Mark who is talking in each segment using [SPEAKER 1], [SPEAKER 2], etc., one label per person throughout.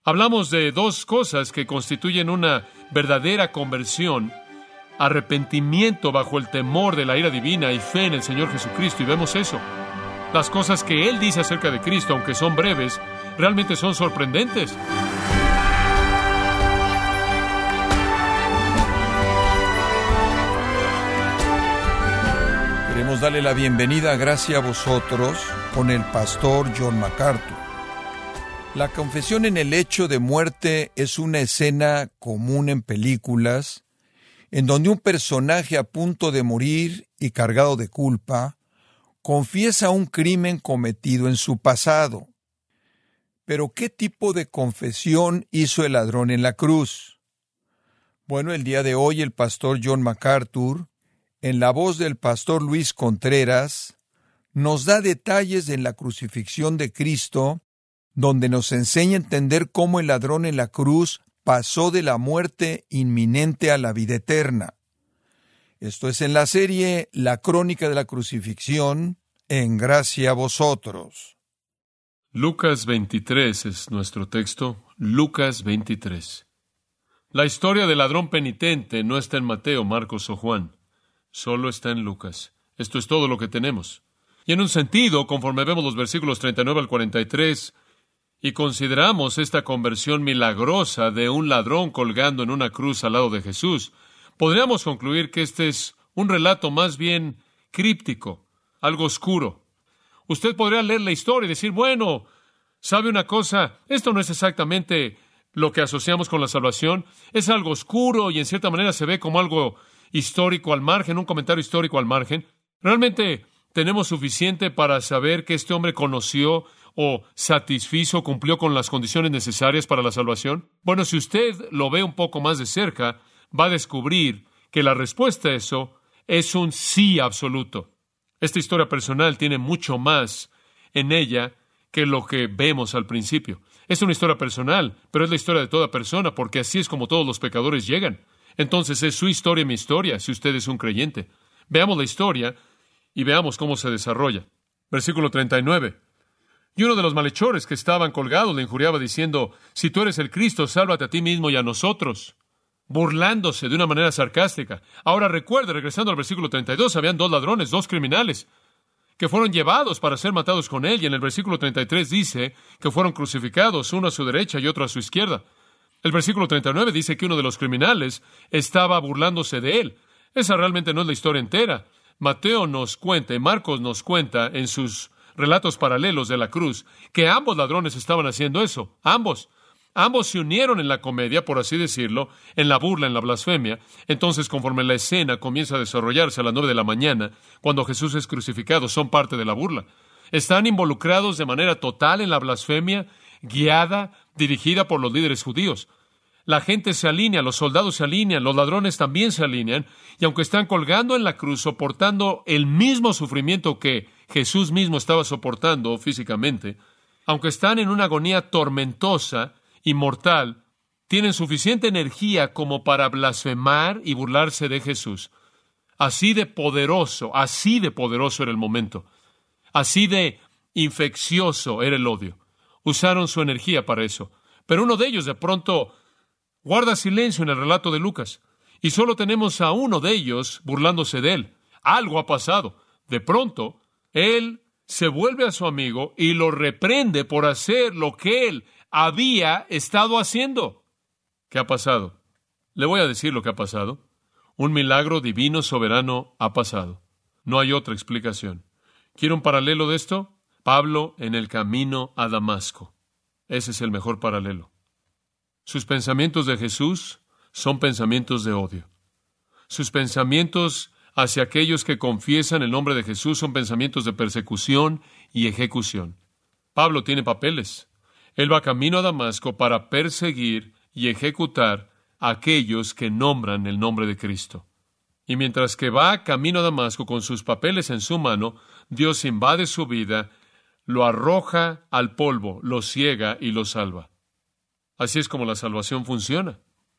[SPEAKER 1] Hablamos de dos cosas que constituyen una verdadera conversión: arrepentimiento bajo el temor de la ira divina y fe en el Señor Jesucristo. Y vemos eso. Las cosas que Él dice acerca de Cristo, aunque son breves, realmente son sorprendentes.
[SPEAKER 2] Queremos darle la bienvenida a Gracia a Vosotros con el pastor John MacArthur. La confesión en el lecho de muerte es una escena común en películas en donde un personaje a punto de morir y cargado de culpa confiesa un crimen cometido en su pasado. Pero, ¿qué tipo de confesión hizo el ladrón en la cruz? Bueno, el día de hoy el pastor John MacArthur, en la voz del pastor Luis Contreras, nos da detalles en la crucifixión de Cristo, donde nos enseña a entender cómo el ladrón en la cruz pasó de la muerte inminente a la vida eterna. Esto es en la serie La Crónica de la Crucifixión, en Gracia a Vosotros.
[SPEAKER 1] Lucas 23 es nuestro texto. Lucas 23. La historia del ladrón penitente no está en Mateo, Marcos o Juan. Solo está en Lucas. Esto es todo lo que tenemos. Y en un sentido, conforme vemos los versículos 39 al 43, y consideramos esta conversión milagrosa de un ladrón colgando en una cruz al lado de Jesús, podríamos concluir que este es un relato más bien críptico, algo oscuro. Usted podría leer la historia y decir, bueno, ¿sabe una cosa? Esto no es exactamente lo que asociamos con la salvación. Es algo oscuro y en cierta manera se ve como algo histórico al margen, un comentario histórico al margen. Realmente tenemos suficiente para saber que este hombre conoció o satisfizo, cumplió con las condiciones necesarias para la salvación. Bueno, si usted lo ve un poco más de cerca, va a descubrir que la respuesta a eso es un sí absoluto. Esta historia personal tiene mucho más en ella que lo que vemos al principio. Es una historia personal, pero es la historia de toda persona, porque así es como todos los pecadores llegan. Entonces es su historia y mi historia, si usted es un creyente. Veamos la historia y veamos cómo se desarrolla. Versículo 39. Y uno de los malhechores que estaban colgados le injuriaba diciendo, si tú eres el Cristo, sálvate a ti mismo y a nosotros, burlándose de una manera sarcástica. Ahora recuerde, regresando al versículo 32, habían dos ladrones, dos criminales, que fueron llevados para ser matados con él, y en el versículo 33 dice que fueron crucificados, uno a su derecha y otro a su izquierda. El versículo 39 dice que uno de los criminales estaba burlándose de él. Esa realmente no es la historia entera. Mateo nos cuenta y Marcos nos cuenta en sus relatos paralelos de la cruz que ambos ladrones estaban haciendo eso. Ambos se unieron en la comedia, por así decirlo, en la burla, en la blasfemia. Entonces, conforme la escena comienza a desarrollarse a las 9 de la mañana, cuando Jesús es crucificado, son parte de la burla. Están involucrados de manera total en la blasfemia, guiada, dirigida por los líderes judíos. La gente se alinea, los soldados se alinean, los ladrones también se alinean, y aunque están colgando en la cruz, soportando el mismo sufrimiento que Jesús mismo estaba soportando físicamente, aunque están en una agonía tormentosa y mortal, tienen suficiente energía como para blasfemar y burlarse de Jesús. Así de poderoso era el momento. Así de infeccioso era el odio. Usaron su energía para eso. Pero uno de ellos de pronto guarda silencio en el relato de Lucas. Y solo tenemos a uno de ellos burlándose de él. Algo ha pasado. De pronto, él se vuelve a su amigo y lo reprende por hacer lo que él había estado haciendo. ¿Qué ha pasado? Le voy a decir lo que ha pasado. Un milagro divino soberano ha pasado. No hay otra explicación. ¿Quiere un paralelo de esto? Pablo en el camino a Damasco. Ese es el mejor paralelo. Sus pensamientos de Jesús son pensamientos de odio. Sus pensamientos hacia aquellos que confiesan el nombre de Jesús son pensamientos de persecución y ejecución. Pablo tiene papeles. Él va camino a Damasco para perseguir y ejecutar a aquellos que nombran el nombre de Cristo. Y mientras que va camino a Damasco con sus papeles en su mano, Dios invade su vida, lo arroja al polvo, lo ciega y lo salva. Así es como la salvación funciona.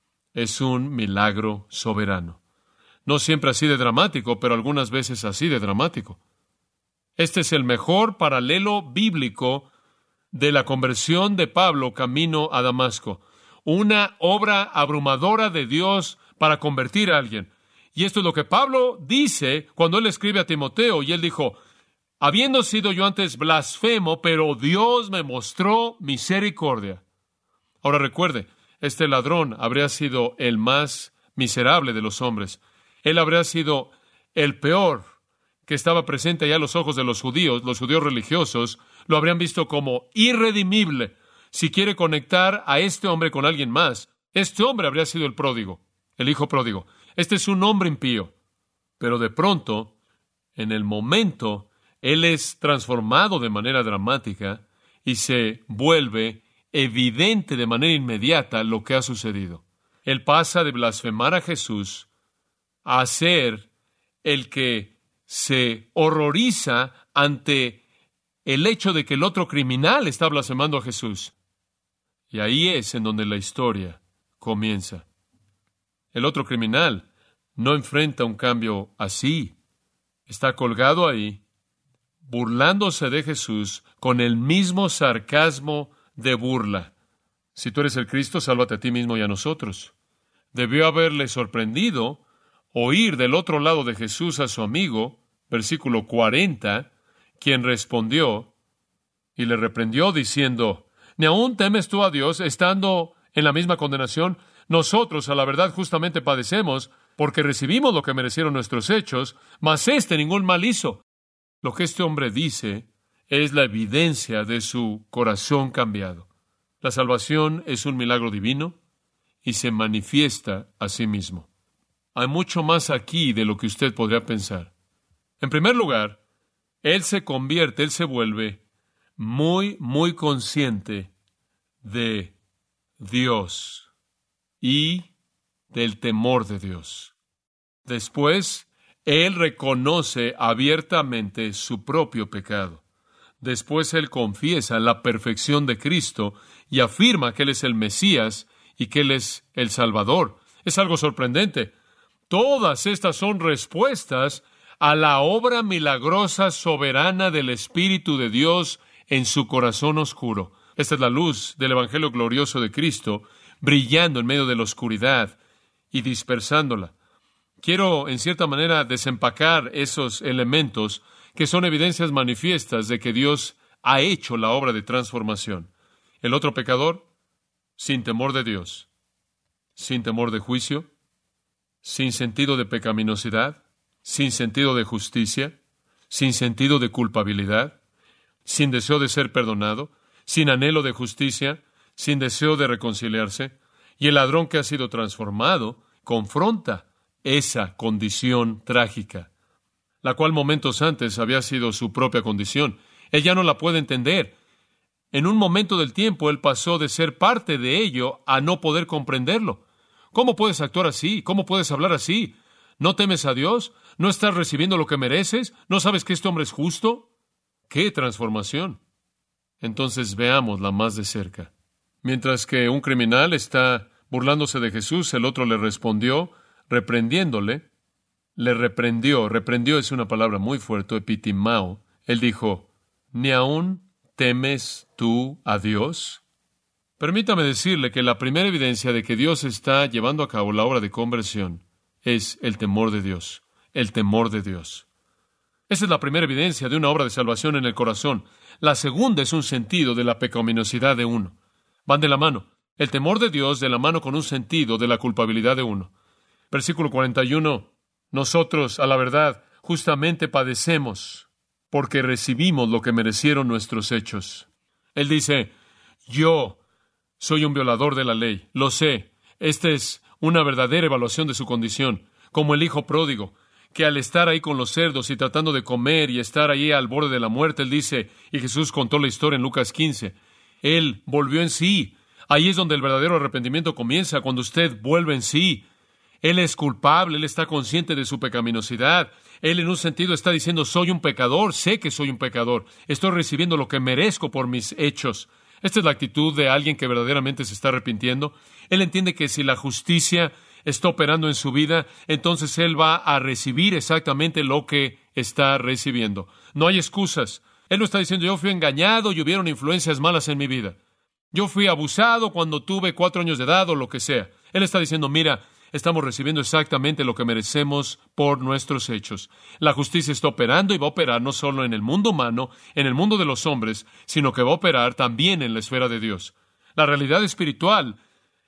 [SPEAKER 1] Es un milagro soberano. No siempre así de dramático, pero algunas veces así de dramático. Este es el mejor paralelo bíblico de la conversión de Pablo camino a Damasco. Una obra abrumadora de Dios para convertir a alguien. Y esto es lo que Pablo dice cuando él escribe a Timoteo, y él dijo: habiendo sido yo antes blasfemo, pero Dios me mostró misericordia. Ahora recuerde, este ladrón habría sido el más miserable de los hombres. Él habría sido el peor que estaba presente allá a los ojos de los judíos religiosos, lo habrían visto como irredimible. Si quiere conectar a este hombre con alguien más, este hombre habría sido el pródigo, el hijo pródigo. Este es un hombre impío. Pero de pronto, en el momento, él es transformado de manera dramática y se vuelve evidente de manera inmediata lo que ha sucedido. Él pasa de blasfemar a Jesús a ser el que se horroriza ante el hecho de que el otro criminal está blasfemando a Jesús. Y ahí es en donde la historia comienza. El otro criminal no enfrenta un cambio así. Está colgado ahí, burlándose de Jesús con el mismo sarcasmo de burla. Si tú eres el Cristo, sálvate a ti mismo y a nosotros. Debió haberle sorprendido oír del otro lado de Jesús a su amigo, versículo 40, quien respondió y le reprendió diciendo: ¿ni aún temes tú a Dios, estando en la misma condenación? Nosotros, a la verdad, justamente padecemos, porque recibimos lo que merecieron nuestros hechos, mas ningún mal hizo. Lo que este hombre dice es la evidencia de su corazón cambiado. La salvación es un milagro divino y se manifiesta a sí mismo. Hay mucho más aquí de lo que usted podría pensar. En primer lugar, él se vuelve muy consciente de Dios y del temor de Dios. Después, él reconoce abiertamente su propio pecado. Después él confiesa la perfección de Cristo y afirma que Él es el Mesías y que Él es el Salvador. Es algo sorprendente. Todas estas son respuestas a la obra milagrosa soberana del Espíritu de Dios en su corazón oscuro. Esta es la luz del Evangelio glorioso de Cristo, brillando en medio de la oscuridad y dispersándola. Quiero, en cierta manera, desempacar esos elementos que son evidencias manifiestas de que Dios ha hecho la obra de transformación. El otro pecador, sin temor de Dios, sin temor de juicio, sin sentido de pecaminosidad, sin sentido de justicia, sin sentido de culpabilidad, sin deseo de ser perdonado, sin anhelo de justicia, sin deseo de reconciliarse. Y el ladrón que ha sido transformado confronta esa condición trágica, la cual momentos antes había sido su propia condición. Él ya no la puede entender. En un momento del tiempo, él pasó de ser parte de ello a no poder comprenderlo. ¿Cómo puedes actuar así? ¿Cómo puedes hablar así? ¿No temes a Dios? ¿No estás recibiendo lo que mereces? ¿No sabes que este hombre es justo? ¡Qué transformación! Entonces veámosla más de cerca. Mientras que un criminal está burlándose de Jesús, el otro le respondió, reprendiéndole. Le reprendió. Reprendió es una palabra muy fuerte, epitimao. Él dijo: ¿ni aún temes tú a Dios? Permítame decirle que la primera evidencia de que Dios está llevando a cabo la obra de conversión es el temor de Dios. El temor de Dios. Esa es la primera evidencia de una obra de salvación en el corazón. La segunda es un sentido de la pecaminosidad de uno. Van de la mano. El temor de Dios de la mano con un sentido de la culpabilidad de uno. Versículo 41. Nosotros, a la verdad, justamente padecemos porque recibimos lo que merecieron nuestros hechos. Él dice: yo soy un violador de la ley. Lo sé. Esta es una verdadera evaluación de su condición. Como el hijo pródigo, que al estar ahí con los cerdos y tratando de comer y estar ahí al borde de la muerte, él dice, y Jesús contó la historia en Lucas 15, él volvió en sí. Ahí es donde el verdadero arrepentimiento comienza, cuando usted vuelve en sí. Él es culpable, él está consciente de su pecaminosidad. Él en un sentido está diciendo: soy un pecador, sé que soy un pecador. Estoy recibiendo lo que merezco por mis hechos. Esta es la actitud de alguien que verdaderamente se está arrepintiendo. Él entiende que si la justicia está operando en su vida, entonces él va a recibir exactamente lo que está recibiendo. No hay excusas. Él no está diciendo, yo fui engañado y hubieron influencias malas en mi vida. Yo fui abusado cuando tuve 4 años de edad o lo que sea. Él está diciendo, mira, estamos recibiendo exactamente lo que merecemos por nuestros hechos. La justicia está operando y va a operar no solo en el mundo humano, en el mundo de los hombres, sino que va a operar también en la esfera de Dios. La realidad espiritual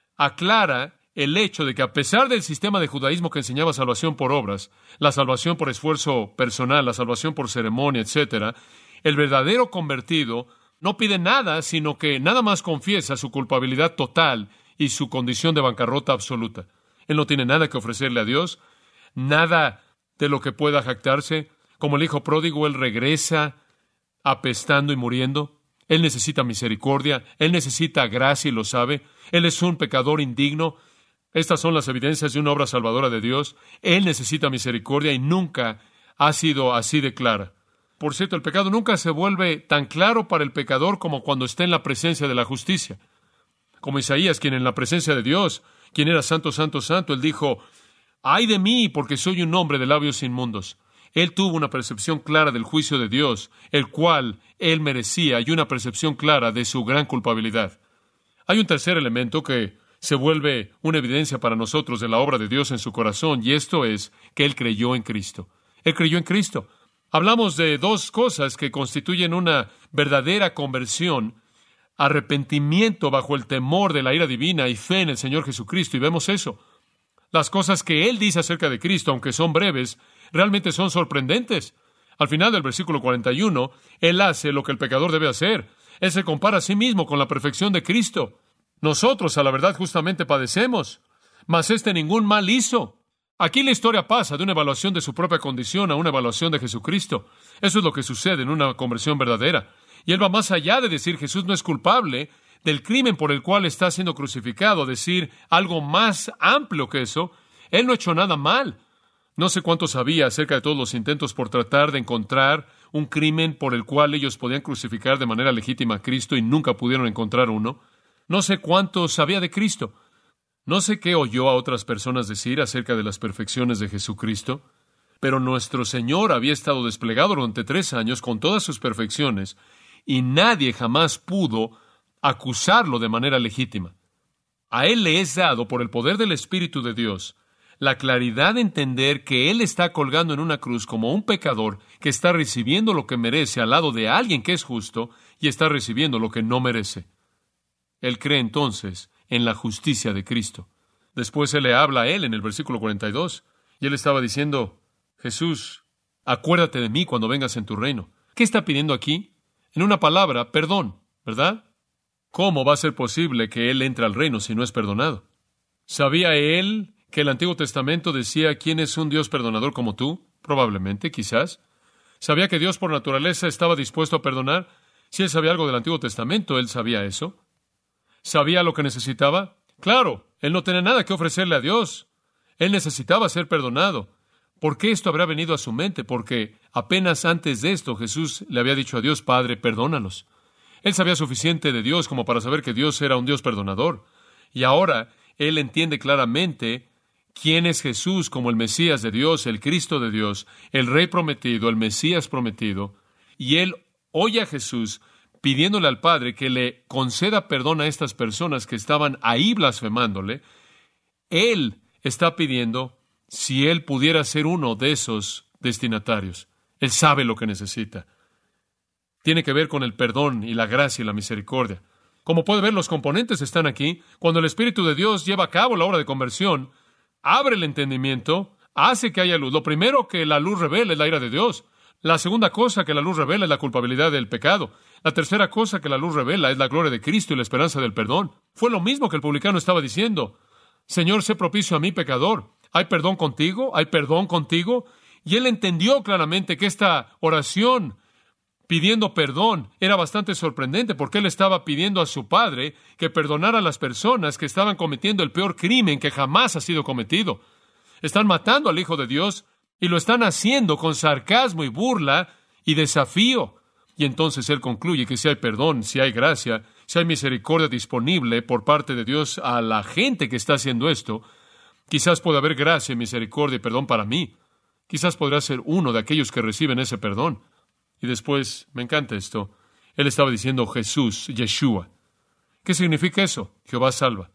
[SPEAKER 1] aclara el hecho de que a pesar del sistema de judaísmo que enseñaba salvación por obras, la salvación por esfuerzo personal, la salvación por ceremonia, etc., el verdadero convertido no pide nada, sino que nada más confiesa su culpabilidad total y su condición de bancarrota absoluta. Él no tiene nada que ofrecerle a Dios, nada de lo que pueda jactarse. Como el hijo pródigo, él regresa apestando y muriendo. Él necesita misericordia, él necesita gracia y lo sabe. Él es un pecador indigno. Estas son las evidencias de una obra salvadora de Dios. Él necesita misericordia y nunca ha sido así de clara. Por cierto, el pecado nunca se vuelve tan claro para el pecador como cuando está en la presencia de la justicia. Como Isaías, quien en la presencia de Dios, quien era santo, santo, santo, él dijo, ¡ay de mí, porque soy un hombre de labios inmundos! Él tuvo una percepción clara del juicio de Dios, el cual él merecía, y una percepción clara de su gran culpabilidad. Hay un tercer elemento que se vuelve una evidencia para nosotros de la obra de Dios en su corazón, y esto es que él creyó en Cristo. Él creyó en Cristo. Hablamos de 2 cosas que constituyen una verdadera conversión: arrepentimiento bajo el temor de la ira divina y fe en el Señor Jesucristo, y vemos eso. Las cosas que Él dice acerca de Cristo, aunque son breves, realmente son sorprendentes. Al final del versículo 41, Él hace lo que el pecador debe hacer. Él se compara a sí mismo con la perfección de Cristo. Nosotros, a la verdad, justamente padecemos, mas ningún mal hizo. Aquí la historia pasa de una evaluación de su propia condición a una evaluación de Jesucristo. Eso es lo que sucede en una conversión verdadera. Y Él va más allá de decir Jesús no es culpable del crimen por el cual está siendo crucificado, decir algo más amplio que eso. Él no ha hecho nada mal. No sé cuánto sabía acerca de todos los intentos por tratar de encontrar un crimen por el cual ellos podían crucificar de manera legítima a Cristo y nunca pudieron encontrar uno. No sé cuánto sabía de Cristo. No sé qué oyó a otras personas decir acerca de las perfecciones de Jesucristo, pero nuestro Señor había estado desplegado durante 3 años con todas sus perfecciones y nadie jamás pudo acusarlo de manera legítima. A Él le es dado, por el poder del Espíritu de Dios, la claridad de entender que Él está colgando en una cruz como un pecador que está recibiendo lo que merece al lado de alguien que es justo y está recibiendo lo que no merece. Él cree entonces en la justicia de Cristo. Después Él le habla a Él en el versículo 42, y Él estaba diciendo, Jesús, acuérdate de mí cuando vengas en tu reino. ¿Qué está pidiendo aquí? En una palabra, perdón, ¿verdad? ¿Cómo va a ser posible que Él entre al reino si no es perdonado? ¿Sabía Él que el Antiguo Testamento decía quién es un Dios perdonador como tú? Probablemente, quizás. ¿Sabía que Dios por naturaleza estaba dispuesto a perdonar? Si Él sabía algo del Antiguo Testamento, Él sabía eso. ¿Sabía lo que necesitaba? Claro, Él no tenía nada que ofrecerle a Dios. Él necesitaba ser perdonado. ¿Por qué esto habrá venido a su mente? Porque apenas antes de esto Jesús le había dicho a Dios, Padre, perdónalos. Él sabía suficiente de Dios como para saber que Dios era un Dios perdonador. Y ahora Él entiende claramente quién es Jesús como el Mesías de Dios, el Cristo de Dios, el Rey prometido, el Mesías prometido. Y Él oye a Jesús pidiéndole al Padre que le conceda perdón a estas personas que estaban ahí blasfemándole. Él está pidiendo si Él pudiera ser uno de esos destinatarios. Él sabe lo que necesita. Tiene que ver con el perdón y la gracia y la misericordia. Como puede ver, los componentes están aquí. Cuando el Espíritu de Dios lleva a cabo la obra de conversión, abre el entendimiento, hace que haya luz. Lo primero que la luz revela es la ira de Dios. La segunda cosa que la luz revela es la culpabilidad del pecado. La tercera cosa que la luz revela es la gloria de Cristo y la esperanza del perdón. Fue lo mismo que el publicano estaba diciendo. Señor, sé propicio a mí, pecador. ¿Hay perdón contigo? ¿Hay perdón contigo? Y él entendió claramente que esta oración pidiendo perdón era bastante sorprendente porque él estaba pidiendo a su Padre que perdonara a las personas que estaban cometiendo el peor crimen que jamás ha sido cometido. Están matando al Hijo de Dios y lo están haciendo con sarcasmo y burla y desafío. Y entonces él concluye que si hay perdón, si hay gracia, si hay misericordia disponible por parte de Dios a la gente que está haciendo esto, quizás pueda haber gracia, misericordia y perdón para mí. Quizás podrá ser uno de aquellos que reciben ese perdón. Y después, me encanta esto, él estaba diciendo Jesús, Yeshua. ¿Qué significa eso? Jehová salva.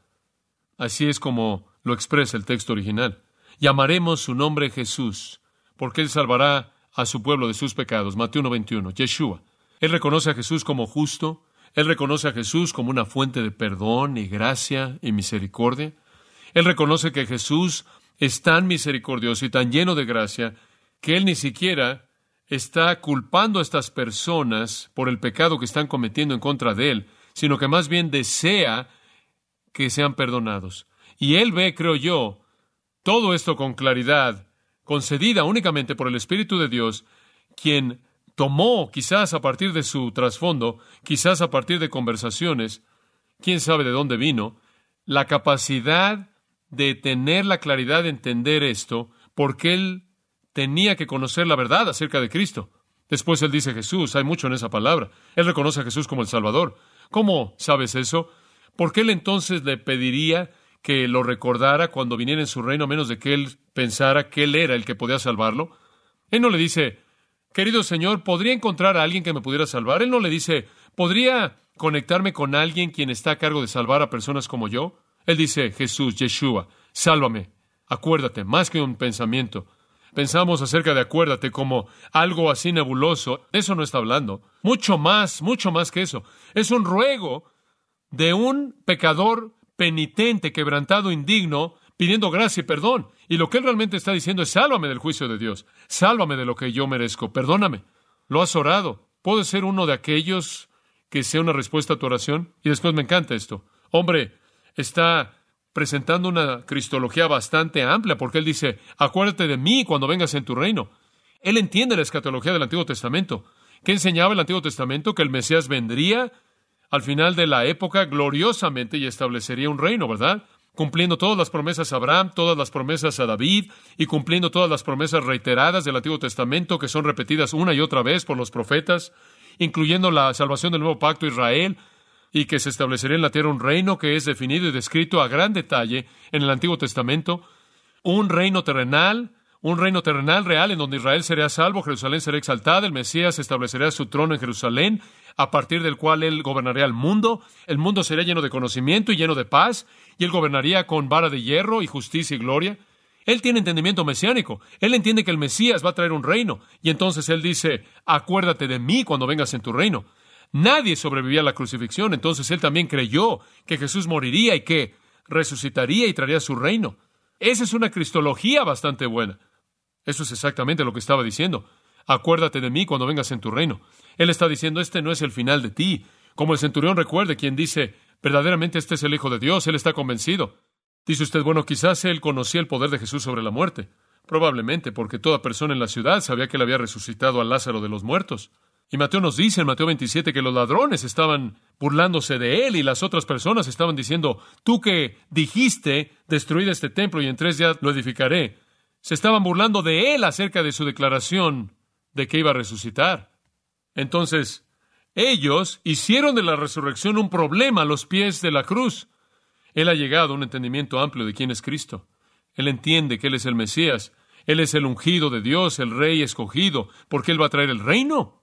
[SPEAKER 1] Así es como lo expresa el texto original. Llamaremos su nombre Jesús, porque él salvará a su pueblo de sus pecados. Mateo 1:21, Yeshua. Él reconoce a Jesús como justo. Él reconoce a Jesús como una fuente de perdón y gracia y misericordia. Él reconoce que Jesús es tan misericordioso y tan lleno de gracia que él ni siquiera está culpando a estas personas por el pecado que están cometiendo en contra de él, sino que más bien desea que sean perdonados. Y él ve, creo yo, todo esto con claridad, concedida únicamente por el Espíritu de Dios, quien tomó, quizás a partir de su trasfondo, quizás a partir de conversaciones, quién sabe de dónde vino, la capacidad de tener la claridad de entender esto, porque él tenía que conocer la verdad acerca de Cristo. Después él dice Jesús, hay mucho en esa palabra. Él reconoce a Jesús como el Salvador. ¿Cómo sabes eso? ¿Por qué él entonces le pediría que lo recordara cuando viniera en su reino, a menos de que él pensara que él era el que podía salvarlo? Él no le dice, querido Señor, ¿podría encontrar a alguien que me pudiera salvar? Él no le dice, ¿podría conectarme con alguien quien está a cargo de salvar a personas como yo? Él dice, Jesús, Yeshua, sálvame. Acuérdate, más que un pensamiento. Pensamos acerca de acuérdate como algo así nebuloso. Eso no está hablando. Mucho más que eso. Es un ruego de un pecador penitente, quebrantado, indigno, pidiendo gracia y perdón. Y lo que él realmente está diciendo es, sálvame del juicio de Dios. Sálvame de lo que yo merezco. Perdóname. Lo has orado. ¿Puedo ser uno de aquellos que sea una respuesta a tu oración? Y después me encanta esto. Hombre, está presentando una cristología bastante amplia, porque él dice, acuérdate de mí cuando vengas en tu reino. Él entiende la escatología del Antiguo Testamento. ¿Qué enseñaba el Antiguo Testamento? Que el Mesías vendría al final de la época gloriosamente y establecería un reino, ¿verdad? Cumpliendo todas las promesas a Abraham, todas las promesas a David, y cumpliendo todas las promesas reiteradas del Antiguo Testamento, que son repetidas una y otra vez por los profetas, incluyendo la salvación del nuevo pacto a Israel, y que se establecería en la tierra un reino que es definido y descrito a gran detalle en el Antiguo Testamento, un reino terrenal real en donde Israel sería salvo, Jerusalén será exaltada, el Mesías establecerá su trono en Jerusalén, a partir del cual él gobernaría el mundo sería lleno de conocimiento y lleno de paz, y él gobernaría con vara de hierro y justicia y gloria. Él tiene entendimiento mesiánico, él entiende que el Mesías va a traer un reino, y entonces él dice, acuérdate de mí cuando vengas en tu reino. Nadie sobrevivía a la crucifixión, entonces él también creyó que Jesús moriría y que resucitaría y traería su reino. Esa es una cristología bastante buena. Eso es exactamente lo que estaba diciendo. Acuérdate de mí cuando vengas en tu reino. Él está diciendo, este no es el final de ti. Como el centurión recuerde, quien dice, verdaderamente este es el Hijo de Dios, él está convencido. Dice usted, bueno, quizás él conocía el poder de Jesús sobre la muerte. Probablemente, porque toda persona en la ciudad sabía que él había resucitado a Lázaro de los muertos. Y Mateo nos dice en Mateo 27 que los ladrones estaban burlándose de él y las otras personas estaban diciendo, tú que dijiste, destruid este templo y en 3 días lo edificaré. Se estaban burlando de él acerca de su declaración de que iba a resucitar. Entonces, ellos hicieron de la resurrección un problema a los pies de la cruz. Él ha llegado a un entendimiento amplio de quién es Cristo. Él entiende que Él es el Mesías. Él es el ungido de Dios, el Rey escogido, porque Él va a traer el reino.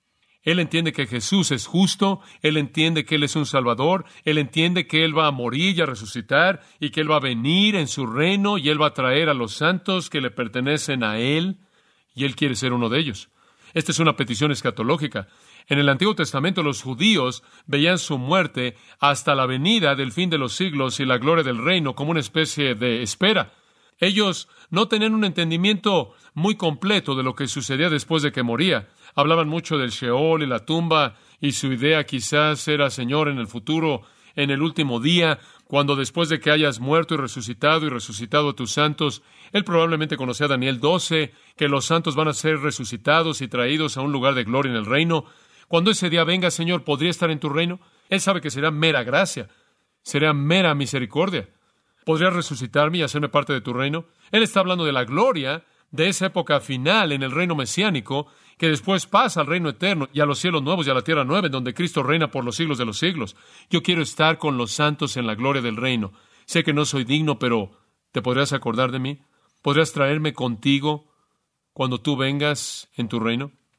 [SPEAKER 1] Él entiende que Jesús es justo, Él entiende que Él es un Salvador, Él entiende que Él va a morir y a resucitar, y que Él va a venir en su reino, y Él va a traer a los santos que le pertenecen a Él, y Él quiere ser uno de ellos. Esta es una petición escatológica. En el Antiguo Testamento los judíos veían su muerte hasta la venida del fin de los siglos y la gloria del reino como una especie de espera. Ellos no tenían un entendimiento muy completo de lo que sucedía después de que moría. Hablaban mucho del Sheol y la tumba, y su idea quizás era, Señor, en el futuro, en el último día, cuando después de que hayas muerto y resucitado a tus santos, él probablemente conocía a Daniel 12, que los santos van a ser resucitados y traídos a un lugar de gloria en el reino. Cuando ese día venga, Señor, ¿podría estar en tu reino? Él sabe que será mera gracia, será mera misericordia. ¿Podrías resucitarme y hacerme parte de tu reino? Él está hablando de la gloria de esa época final en el reino mesiánico, que después pasa al reino eterno y a los cielos nuevos y a la tierra nueva, en donde Cristo reina por los siglos de los siglos. Yo quiero estar con los santos en la gloria del reino. Sé que no soy digno, pero ¿te podrías acordar de mí? ¿Podrías traerme contigo cuando tú vengas en tu reino?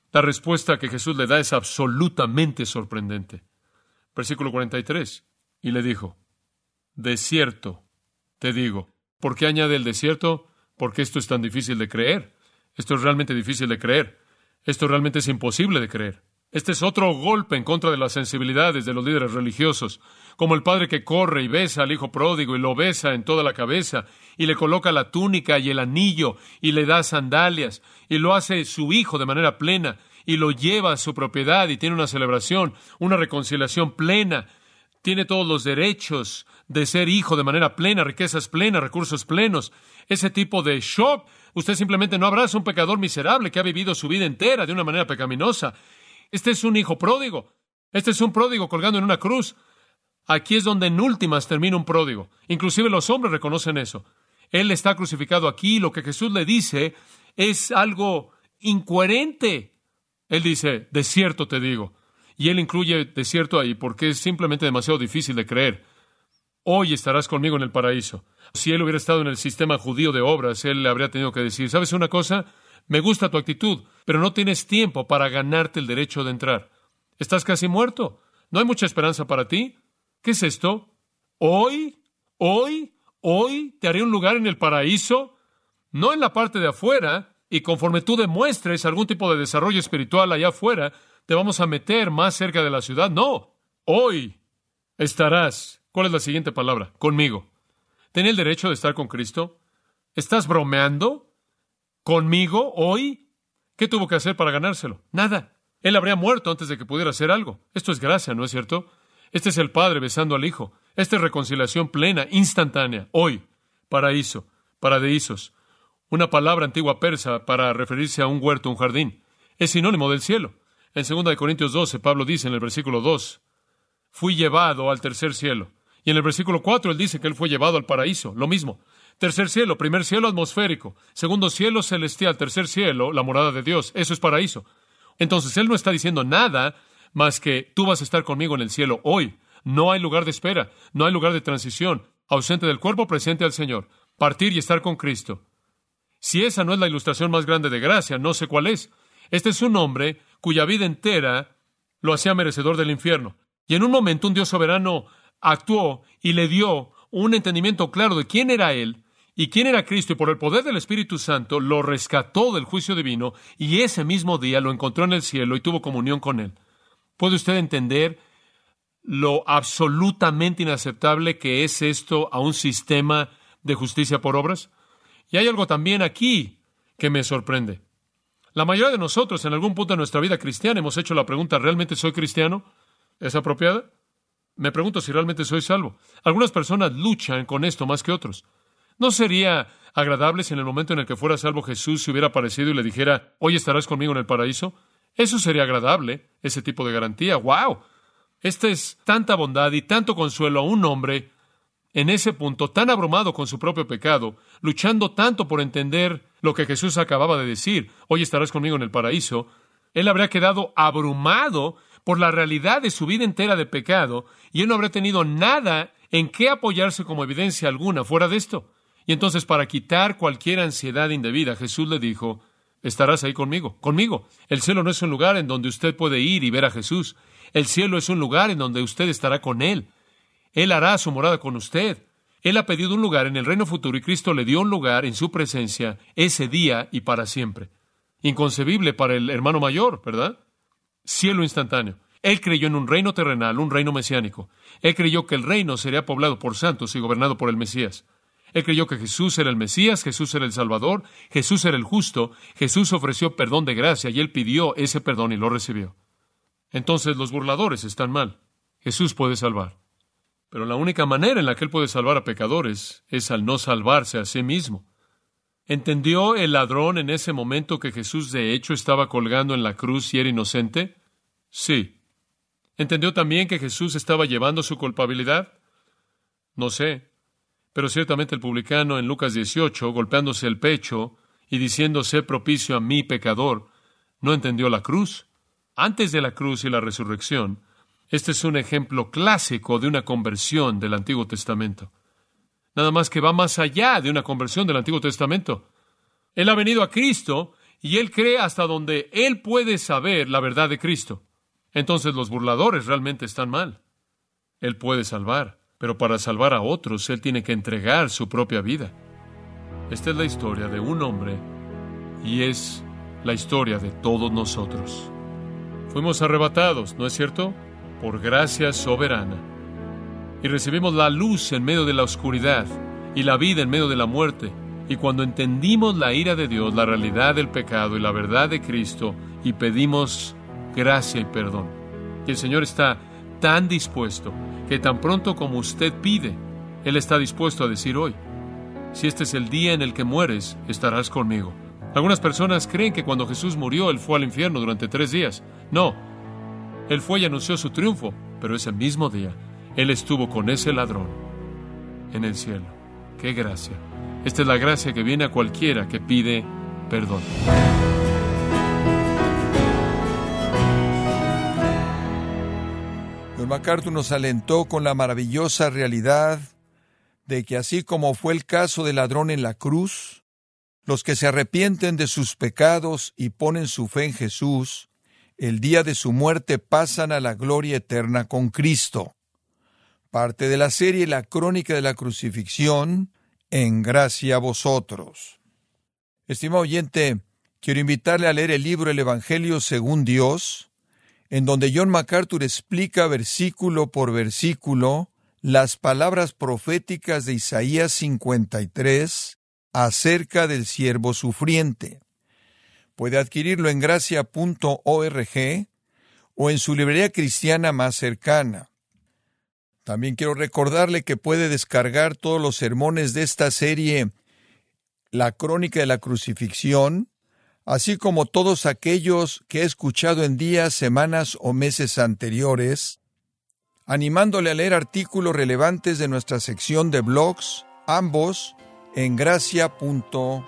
[SPEAKER 1] La respuesta que Jesús le da es absolutamente sorprendente. Versículo 43. Y le dijo, de cierto te digo. ¿Por qué añade el desierto? Porque esto es tan difícil de creer. Esto es realmente difícil de creer. Esto realmente es imposible de creer. Este es otro golpe en contra de las sensibilidades de los líderes religiosos, como el padre que corre y besa al hijo pródigo y lo besa en toda la cabeza y le coloca la túnica y el anillo y le da sandalias y lo hace su hijo de manera plena y lo lleva a su propiedad y tiene una celebración, una reconciliación plena. Tiene todos los derechos de ser hijo de manera plena, riquezas plenas, recursos plenos. Ese tipo de shock, usted simplemente no abraza a un pecador miserable que ha vivido su vida entera de una manera pecaminosa. Este es un hijo pródigo. Este es un pródigo colgando en una cruz. Aquí es donde en últimas termina un pródigo. Inclusive los hombres reconocen eso. Él está crucificado aquí y lo que Jesús le dice es algo incoherente. Él dice, de cierto te digo. Y él incluye de cierto ahí porque es simplemente demasiado difícil de creer. Hoy estarás conmigo en el paraíso. Si él hubiera estado en el sistema judío de obras, él le habría tenido que decir, ¿sabes una cosa? Me gusta tu actitud, pero no tienes tiempo para ganarte el derecho de entrar. Estás casi muerto. ¿No hay mucha esperanza para ti? ¿Qué es esto? ¿Hoy te haré un lugar en el paraíso? No en la parte de afuera, y conforme tú demuestres algún tipo de desarrollo espiritual allá afuera, te vamos a meter más cerca de la ciudad. No, hoy estarás. ¿Cuál es la siguiente palabra? Conmigo. ¿Tenía el derecho de estar con Cristo? ¿Estás bromeando? ¿Conmigo hoy? ¿Qué tuvo que hacer para ganárselo? Nada. Él habría muerto antes de que pudiera hacer algo. Esto es gracia, ¿no es cierto? Este es el Padre besando al Hijo. Esta es reconciliación plena, instantánea. Hoy, paraíso, paradeísos. Una palabra antigua persa para referirse a un huerto, un jardín. Es sinónimo del cielo. En 2 Corintios 12, Pablo dice en el versículo 2, fui llevado al tercer cielo. Y en el versículo 4, él dice que él fue llevado al paraíso. Lo mismo. Tercer cielo, primer cielo atmosférico, segundo cielo celestial, tercer cielo, la morada de Dios. Eso es paraíso. Entonces, él no está diciendo nada más que tú vas a estar conmigo en el cielo hoy. No hay lugar de espera, no hay lugar de transición, ausente del cuerpo, presente al Señor. Partir y estar con Cristo. Si esa no es la ilustración más grande de gracia, no sé cuál es. Este es un hombre cuya vida entera lo hacía merecedor del infierno. Y en un momento un Dios soberano actuó y le dio un entendimiento claro de quién era él y quién era Cristo, y por el poder del Espíritu Santo lo rescató del juicio divino, y ese mismo día lo encontró en el cielo y tuvo comunión con él. ¿Puede usted entender lo absolutamente inaceptable que es esto a un sistema de justicia por obras? Y hay algo también aquí que me sorprende. La mayoría de nosotros en algún punto de nuestra vida cristiana hemos hecho la pregunta, ¿realmente soy cristiano? ¿Es apropiada? Me pregunto si realmente soy salvo. Algunas personas luchan con esto más que otros. ¿No sería agradable si en el momento en el que fuera salvo Jesús se hubiera aparecido y le dijera, hoy estarás conmigo en el paraíso? Eso sería agradable, ese tipo de garantía. ¡Wow! Esta es tanta bondad y tanto consuelo a un hombre en ese punto tan abrumado con su propio pecado, luchando tanto por entender lo que Jesús acababa de decir, hoy estarás conmigo en el paraíso. Él habría quedado abrumado por la realidad de su vida entera de pecado, y él no habría tenido nada en qué apoyarse como evidencia alguna fuera de esto. Y entonces, para quitar cualquier ansiedad indebida, Jesús le dijo, estarás ahí conmigo. El cielo no es un lugar en donde usted puede ir y ver a Jesús. El cielo es un lugar en donde usted estará con Él. Él hará su morada con usted. Él ha pedido un lugar en el reino futuro y Cristo le dio un lugar en su presencia ese día y para siempre. Inconcebible para el hermano mayor, ¿verdad? Cielo instantáneo. Él creyó en un reino terrenal, un reino mesiánico. Él creyó que el reino sería poblado por santos y gobernado por el Mesías. Él creyó que Jesús era el Mesías, Jesús era el Salvador, Jesús era el justo, Jesús ofreció perdón de gracia y él pidió ese perdón y lo recibió. Entonces los burladores están mal. Jesús puede salvar. Pero la única manera en la que él puede salvar a pecadores es al no salvarse a sí mismo. ¿Entendió el ladrón en ese momento que Jesús de hecho estaba colgando en la cruz y era inocente? Sí. ¿Entendió también que Jesús estaba llevando su culpabilidad? No sé. Pero ciertamente el publicano en Lucas 18, golpeándose el pecho y diciendo, sé propicio a mí, pecador, no entendió la cruz. Antes de la cruz y la resurrección, este es un ejemplo clásico de una conversión del Antiguo Testamento. Nada más que va más allá de una conversión del Antiguo Testamento. Él ha venido a Cristo y él cree hasta donde él puede saber la verdad de Cristo. Entonces los burladores realmente están mal. Él puede salvar, pero para salvar a otros, él tiene que entregar su propia vida. Esta es la historia de un hombre y es la historia de todos nosotros. Fuimos arrebatados, ¿no es cierto? Por gracia soberana. Y recibimos la luz en medio de la oscuridad y la vida en medio de la muerte. Y cuando entendimos la ira de Dios, la realidad del pecado y la verdad de Cristo, y pedimos gracia y perdón. Y el Señor está tan dispuesto que tan pronto como usted pide, Él está dispuesto a decir hoy: si este es el día en el que mueres, estarás conmigo. Algunas personas creen que cuando Jesús murió, Él fue al infierno durante 3 días. No, Él fue y anunció su triunfo, pero ese mismo día, Él estuvo con ese ladrón en el cielo. ¡Qué gracia! Esta es la gracia que viene a cualquiera que pide perdón.
[SPEAKER 2] John MacArthur nos alentó con la maravillosa realidad de que así como fue el caso del ladrón en la cruz, los que se arrepienten de sus pecados y ponen su fe en Jesús, el día de su muerte pasan a la gloria eterna con Cristo. Parte de la serie La Crónica de la Crucifixión, en gracia a vosotros. Estimado oyente, quiero invitarle a leer el libro El Evangelio según Dios, en donde John MacArthur explica versículo por versículo las palabras proféticas de Isaías 53 acerca del siervo sufriente. Puede adquirirlo en gracia.org o en su librería cristiana más cercana. También quiero recordarle que puede descargar todos los sermones de esta serie, La Crónica de la Crucifixión, así como todos aquellos que he escuchado en días, semanas o meses anteriores, animándole a leer artículos relevantes de nuestra sección de blogs, ambos en gracia.org.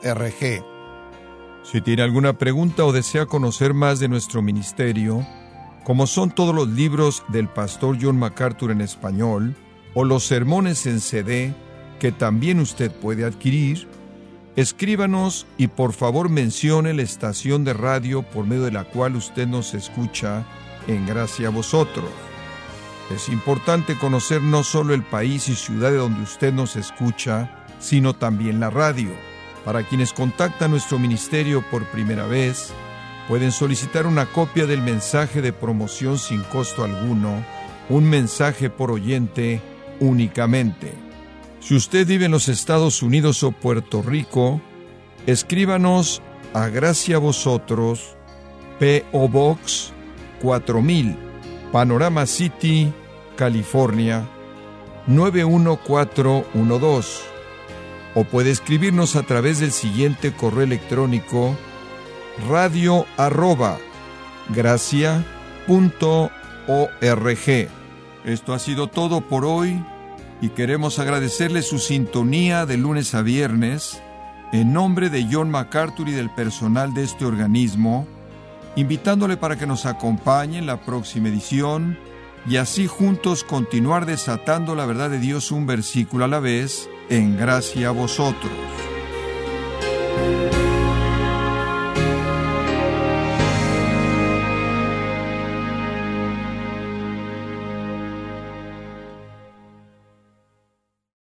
[SPEAKER 2] Si tiene alguna pregunta o desea conocer más de nuestro ministerio, como son todos los libros del pastor John MacArthur en español, o los sermones en CD, que también usted puede adquirir, escríbanos y por favor mencione la estación de radio por medio de la cual usted nos escucha en Gracia a Vosotros. Es importante conocer no solo el país y ciudad de donde usted nos escucha, sino también la radio. Para quienes contactan nuestro ministerio por primera vez, pueden solicitar una copia del mensaje de promoción sin costo alguno, un mensaje por oyente únicamente. Si usted vive en los Estados Unidos o Puerto Rico, escríbanos a Gracia a Vosotros, P.O. Box 4000, Panorama City, California, 91412. O puede escribirnos a través del siguiente correo electrónico: radio@gracia.org. Esto ha sido todo por hoy y queremos agradecerle su sintonía de lunes a viernes. En nombre de John MacArthur y del personal de este organismo, invitándole para que nos acompañe en la próxima edición y así juntos continuar desatando la verdad de Dios un versículo a la vez en gracia a vosotros.